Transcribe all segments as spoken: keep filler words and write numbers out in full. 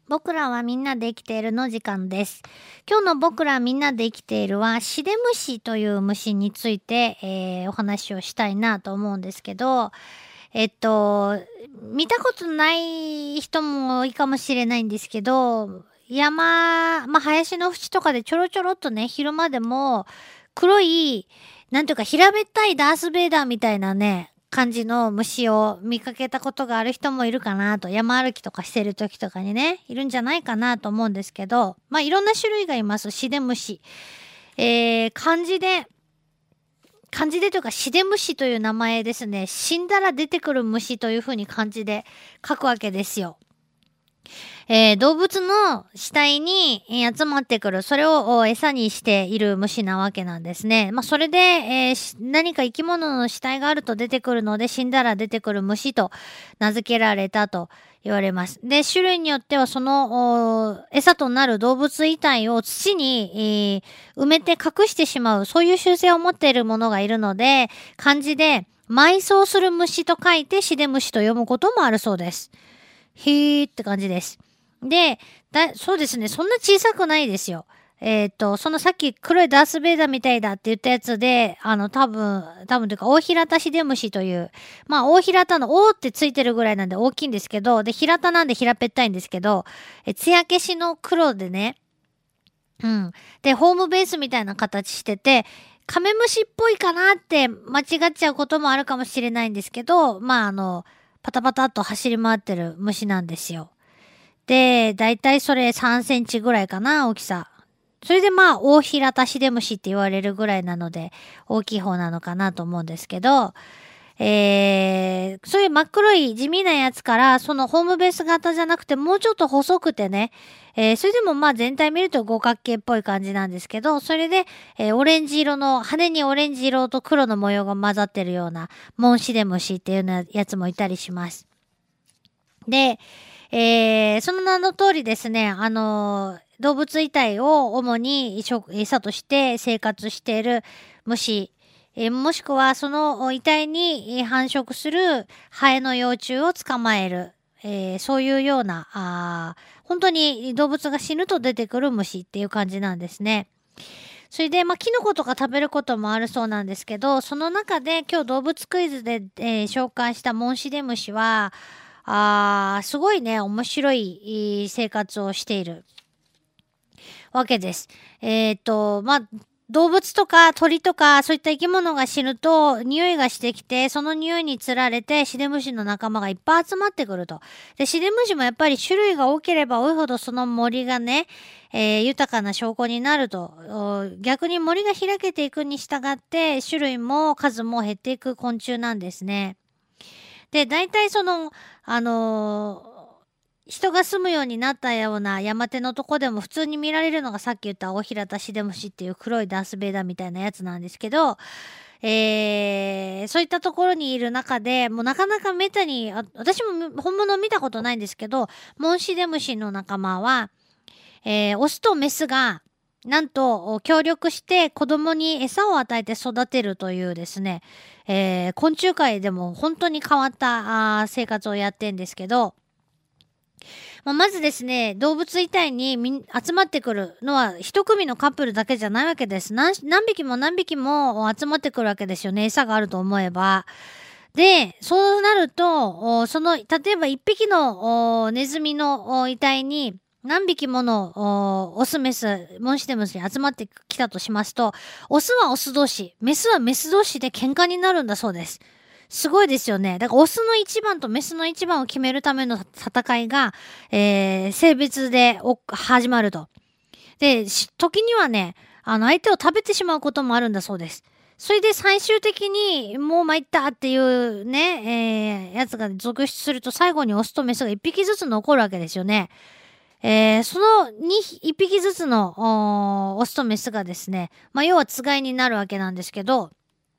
僕らはみんなで生きているの時間です。今日の僕らはみんなで生きているはシデムシという虫について、えーお話をしたいなと思うんですけど、えっと、見たことない人も多いかもしれないんですけど、山、まあ、林の縁とかでちょろちょろっとね、昼間でも黒い、なんていうか平べったいダースベイダーみたいなね、感じの虫を見かけたことがある人もいるかなと、山歩きとかしてる時とかにね、いるんじゃないかなと思うんですけど、まあ、いろんな種類がいます。シデムシ。えー、漢字で、漢字でというか、シデムシという名前ですね。死んだら出てくる虫というふうに漢字で書くわけですよ。えー動物の死体にえー集まってくる、それをお餌にしている虫なわけなんですね。まあ、それで、えーし何か生き物の死体があると出てくるので、死んだら出てくる虫と名付けられたと言われます。で、種類によってはその、お餌となる動物遺体を土に、えー埋めて隠してしまう、そういう習性を持っているものがいるので、漢字で埋葬する虫と書いてシデムシと読むこともあるそうです。ひーって感じです。で、だ、そうですね。そんな小さくないですよ。えっと、そのさっき黒いダースベイダーみたいだって言ったやつで、あの、多分、多分というか、大平田シデムシという、まあ、大平田の大ってついてるぐらいなんで大きいんですけど、で、平田なんで平べったいんですけど、え、艶消しの黒でね、うん。で、ホームベースみたいな形してて、カメムシっぽいかなって間違っちゃうこともあるかもしれないんですけど、まあ、あの、パタパタっと走り回ってる虫なんですよ。で、だいたいそれさんセンチぐらいかな、大きさ。それでまあ、大平タシデムシって言われるぐらいなので、大きい方なのかなと思うんですけど、えー、そういう真っ黒い地味なやつから、そのホームベース型じゃなくて、もうちょっと細くてね、えー、それでもまあ全体見ると五角形っぽい感じなんですけど、それで、えーオレンジ色の、羽にオレンジ色と黒の模様が混ざってるような、モンシデムシっていうようなやつもいたりします。で、えー、その名の通りですね、あのー動物遺体を主に食餌として生活している虫、えーもしくはその遺体にえー繁殖するハエの幼虫を捕まえる、えーそういうような、あー本当に動物が死ぬと出てくる虫っていう感じなんですね。それで、まあ、キノコとか食べることもあるそうなんですけど、その中で今日動物クイズで、えー紹介したモンシデムシは、あー、すごいね、面白いいい生活をしているわけです。えっと、まあ、動物とか鳥とかそういった生き物が死ぬと匂いがしてきて、その匂いにつられてシデムシの仲間がいっぱい集まってくると。で、シデムシもやっぱり種類が多ければ多いほどその森がね、えー豊かな証拠になると。お逆に森が開けていくに従って種類も数も減っていく昆虫なんですね。で、大体その、あのー人が住むようになったような山手のとこでも普通に見られるのがさっき言ったオヒラタシデムシっていう黒いダースベイダーみたいなやつなんですけど、えー、そういったところにいる中で、もうなかなかメタに、あ私も本物見たことないんですけど、モンシデムシの仲間は、えー、オスとメスが、なんと、協力して子供に餌を与えて育てるというですね、えー昆虫界でも本当に変わったあー生活をやってんですけど、まあ、まずですね、動物遺体にみん集まってくるのは一組のカップルだけじゃないわけです。何何匹も何匹も集まってくるわけですよね。餌があると思えば。で、そうなると、おその、例えば一匹のおネズミのお遺体に何匹ものおオスメス、モンシデムスに集まってきたとしますと、オスはオス同士、メスはメス同士で喧嘩になるんだそうです。すごいですよね。だからオスの一番とメスの一番を決めるための戦いが、えー、性別でお始まると。で、し時にはね、あの相手を食べてしまうこともあるんだそうです。それで最終的にもう参ったっていうね、えー、やつが続出すると最後にオスとメスが一匹ずつ残るわけですよね。えー、そのに、一匹ずつのおオスとメスがですね、まあ要はつがいになるわけなんですけど、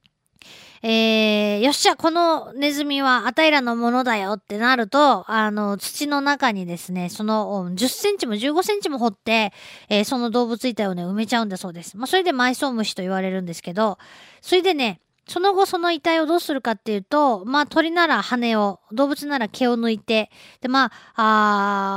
えー、よっしゃ、このネズミはあたいらのものだよってなると、あの、土の中にですね、そのおじゅっセンチもじゅうごセンチも掘って、えーその動物遺体をね、埋めちゃうんだそうです。まあ、それで埋葬虫と言われるんですけど、それでね、その後その遺体をどうするかっていうと、まあ、鳥なら羽を、動物なら毛を抜いて、で、まあ、あー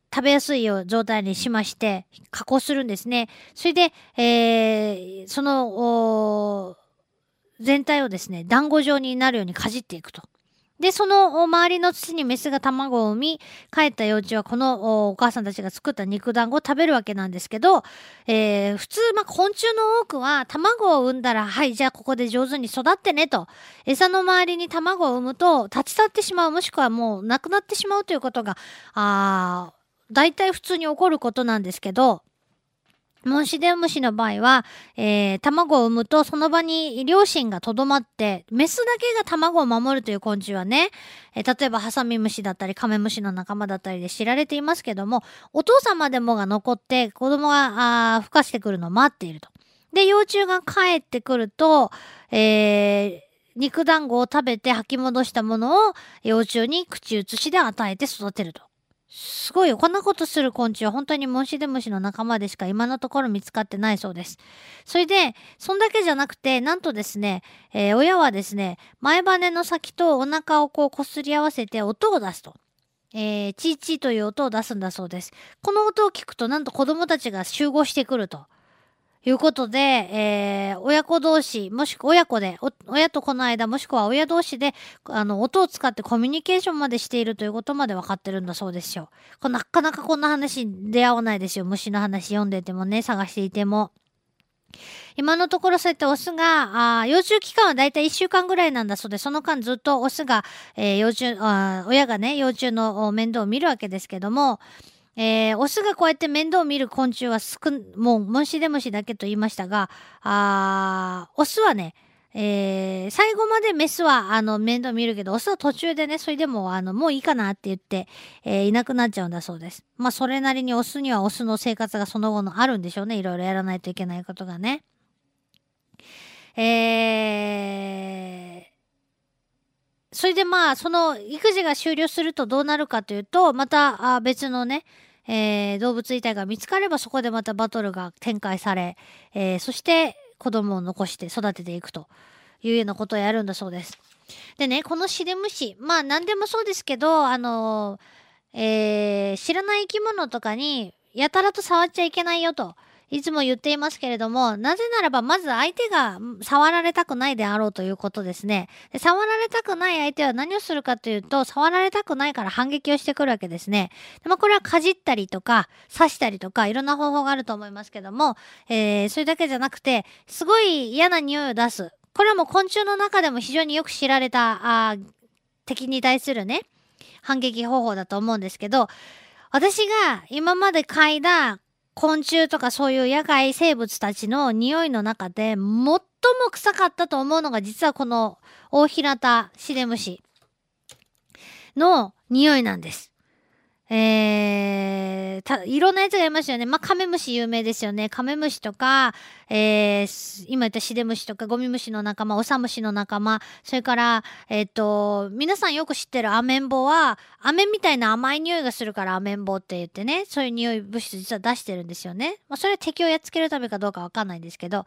食べやすいよう状態にしまして、加工するんですね。それで、えー、その、全体をですね、団子状になるようにかじっていくと。で、その周りの土にメスが卵を産み、帰った幼虫はこのお母さんたちが作った肉団子を食べるわけなんですけど、えー、普通、まあ、昆虫の多くは卵を産んだら、はい、じゃあここで上手に育ってねと、餌の周りに卵を産むと立ち去ってしまう、もしくはもう亡くなってしまうということが、あー、大体普通に起こることなんですけど、モンシデムシの場合は、えー、卵を産むとその場に両親がとどまって、メスだけが卵を守るという昆虫はね、えー、例えばハサミムシだったりカメムシの仲間だったりで知られていますけども、お父様でもが残って子供が孵化してくるのを待っていると。で、幼虫が帰ってくると、えー肉団子を食べて吐き戻したものを幼虫に口移しで与えて育てると。すごいよ。こんなことする昆虫は本当にモンシデムシの仲間でしか今のところ見つかってないそうです。それで、そんだけじゃなくて、なんとですね、えー親はですね、前羽の先とお腹をこう擦り合わせて音を出すと。えー、チーチーという音を出すんだそうです。この音を聞くと、なんと子供たちが集合してくると。いうことで、えー、親子同士、もしくは親子で、親と子の間、もしくは親同士で、あの、音を使ってコミュニケーションまでしているということまで分かってるんだそうですよ。こなかなかこんな話に出会わないですよ。虫の話読んでてもね、探していても。今のところそうやってオスが、あ幼虫期間はだいたいいっしゅうかんぐらいなんだそうで、その間ずっとオスが、えー、幼虫あ、親がね、幼虫の面倒を見るわけですけども、えー、オスがこうやって面倒を見る昆虫は少ん、もう、モンシデムシだけと言いましたが、あー、オスはね、えー、最後までメスは、あの、面倒見るけど、オスは途中でね、それでも、あの、もういいかなって言って、えー、いなくなっちゃうんだそうです。まあ、それなりにオスにはオスの生活がその後のあるんでしょうね。いろいろやらないといけないことがね。えー、それでまあ、その育児が終了するとどうなるかというと、またあ別のね、えー動物遺体が見つかればそこでまたバトルが展開され、えーそして子供を残して育てていくというようなことをやるんだそうです。でね、このシデムシ、まあ何でもそうですけど、あのーえー知らない生き物とかにやたらと触っちゃいけないよと。いつも言っていますけれども、なぜならばまず相手がん触られたくないであろうということですね。で触られたくない相手は何をするかというと、触られたくないから反撃をしてくるわけですね。でまあ、これはかじったりとか、刺したりとか、いろんな方法があると思いますけども、えーそれだけじゃなくて、すごい嫌な匂いを出す。これはもう昆虫の中でも非常によく知られた、あー敵に対するね、反撃方法だと思うんですけど、私が今まで嗅いだ昆虫とかそういう野外生物たちの匂いの中で最も臭かったと思うのが実はこのオオヒラタシデムシの匂いなんです。えー、た、いろんなやつがいますよね。まあ、カメムシ有名ですよね。カメムシとか、えー、す今言ったシデムシとか、ゴミムシの仲間、オサムシの仲間、それから、えっと、皆さんよく知ってるアメンボは、飴みたいな甘い匂いがするからアメンボって言ってね、そういう匂い物質実は出してるんですよね。まあ、それは敵をやっつけるためかどうかわかんないんですけど、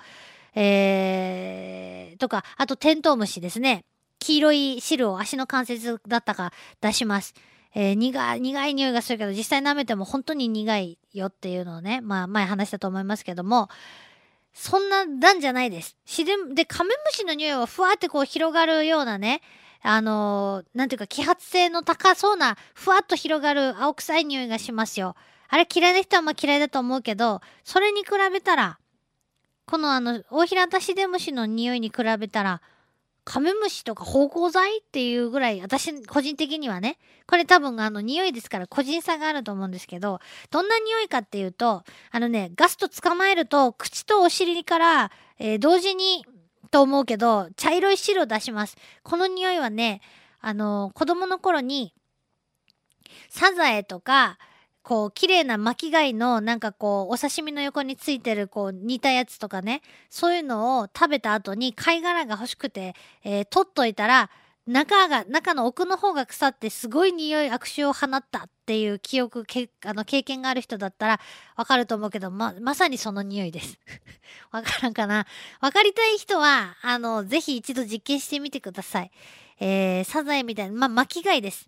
えー、とか、あとテントウムシですね。黄色い汁を足の関節だったか出します。えー苦い、苦い匂いがするけど、実際舐めても本当に苦いよっていうのをね、まあ前話したと思いますけども、そんななんじゃないです。自然で、カメムシの匂いはふわってこう広がるようなね、あのーなんていうか揮発性の高そうな、ふわっと広がる青臭い匂いがしますよ。あれ嫌いな人はまあ嫌いだと思うけど、それに比べたら、このあの、オオヒラタシデムシの匂いに比べたら、カメムシとか芳香剤っていうぐらい、私、個人的にはね、これ多分あの匂いですから個人差があると思うんですけど、どんな匂いかっていうと、あのね、ガスト捕まえると、口とお尻から、えー同時に、と思うけど、茶色い汁を出します。この匂いはね、あのー子供の頃に、サザエとか、こう、綺麗な巻き貝の、なんかこう、お刺身の横についてる、こう、煮たやつとかね、そういうのを食べた後に貝殻が欲しくて、えー取っといたら、中が、中の奥の方が腐ってすごい匂い、悪臭を放ったっていう記憶、け、あの、経験がある人だったらわかると思うけど、ま、まさにその匂いです。わからんかな。わかりたい人は、あの、ぜひ一度実験してみてください。えー、サザエみたいな、ま、巻き貝です。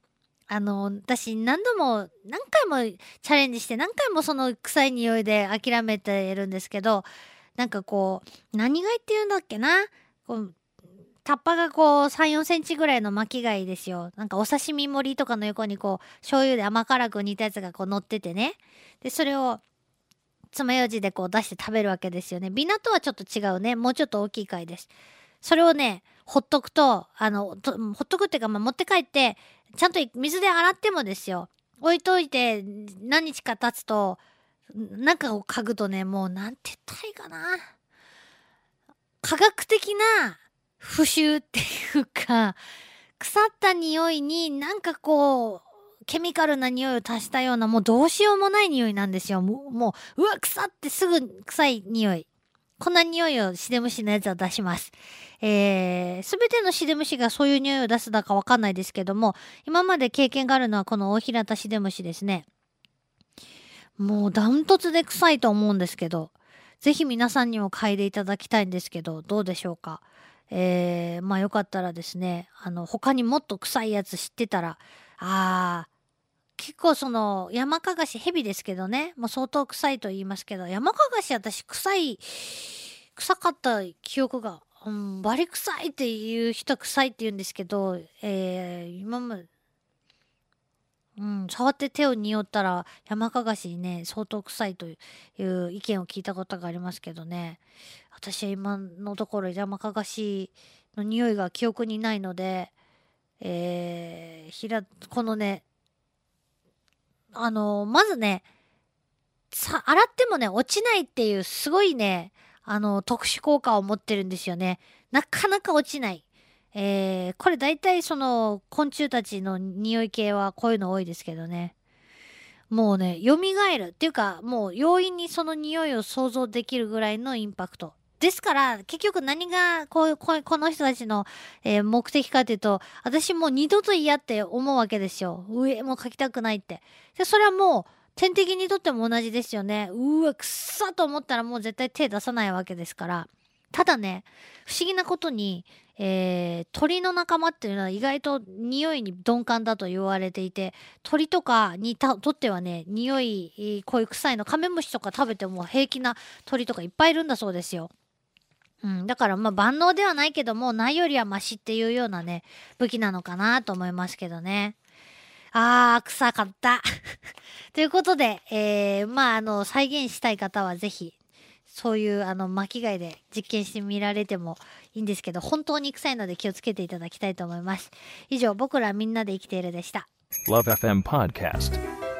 あの私何度も何回もチャレンジして何回もその臭い匂いで諦めてるんですけど、なんかこう何貝っていうんだっけな、こうタッパがこうさん、よんセンチぐらいの巻き貝ですよ。なんかお刺身盛りとかの横にこう醤油で甘辛く煮たやつがこう乗っててね。でそれを爪楊枝でこう出して食べるわけですよね。ビナとはちょっと違うね。もうちょっと大きい貝です。それをね、ほっとくと、あの、とほっとくっていうか、まあ、持って帰って、ちゃんと水で洗ってもですよ。置いといて何日か経つと、中を嗅ぐとね、もうなんて言ったらいいかな。科学的な腐臭っていうか、腐った匂いになんかこう、ケミカルな匂いを足したような、もうどうしようもない匂いなんですよ。もう、もううわ、腐ってすぐ臭い匂い。こんな匂いをシデムシのやつは出します。えー、すべてのシデムシがそういう匂いを出すだかわかんないですけども、今まで経験があるのはこのオオヒラタシデムシですね。もうダントツで臭いと思うんですけど、ぜひ皆さんにも嗅いでいただきたいんですけど、どうでしょうか。えー、まあよかったらですね、あの、他にもっと臭いやつ知ってたら、あー、結構その山かがし、ヘビですけどね、もう相当臭いと言いますけど、山かがし私臭い、臭かった記憶が、うん、バリ臭いっていう人は臭いって言うんですけど、えー、今まで、うん、触って手を匂ったら山かがしね、相当臭いという意見を聞いたことがありますけどね、私は今のところ山かがしの匂いが記憶にないので、えー、ひら、このね、あのー、まずね、さ、洗ってもね、落ちないっていうすごいね、あのー、特殊効果を持ってるんですよね。なかなか落ちない。えー、これ大体その昆虫たちの匂い系はこういうの多いですけどね。もうね、蘇るっていうか、もう容易にその匂いを想像できるぐらいのインパクト。ですから、結局何がこういう、こうこの人たちの、えー目的かというと、私もう二度と嫌って思うわけですよ。上もう描きたくないって。で、それはもう、天敵にとっても同じですよね。うわ、くっさと思ったらもう絶対手出さないわけですから。ただね、不思議なことに、えー鳥の仲間っていうのは意外と匂いに鈍感だと言われていて、鳥とかにたとってはね、匂い、えーこういう臭いの、カメムシとか食べても平気な鳥とかいっぱいいるんだそうですよ。うん、だからまあ万能ではないけども、ないよりはマシっていうようなね、武器なのかなと思いますけどね。あー、臭かった。ということで、えー、まあ、あの、再現したい方はぜひ、そういうあの巻き貝で実験してみられてもいいんですけど、本当に臭いので気をつけていただきたいと思います。以上、僕らみんなで生きているでした。 Love エフエム Podcast。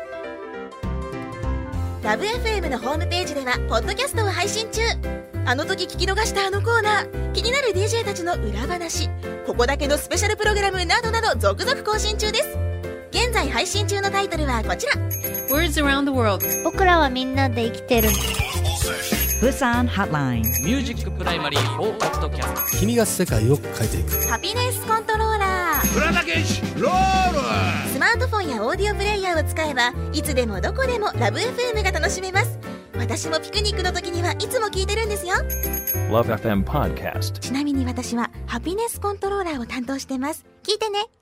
ラブ エフエム のホームページではポッドキャストを配信中。あの時聞き逃したあのコーナー、気になる ディージェー たちの裏話、ここだけのスペシャルプログラムなどなど続々更新中です。現在配信中のタイトルはこちら。 Words around the world。 僕らはみんなで生きてる。 Busan Hotline。 ミュージックプライマリーフォーポッドキャスト。 君が世界を変えていく。 ハピネスコントローラー。 浦田健士ロール。 スマートフォンやオーディオプレイヤーを使えばいつでもどこでもラブ エフエム が楽しめます。私もピクニックの時にはいつも聞いてるんですよ。 Love エフエム Podcast。 ちなみに私はハピネスコントローラーを担当してます。聞いてね。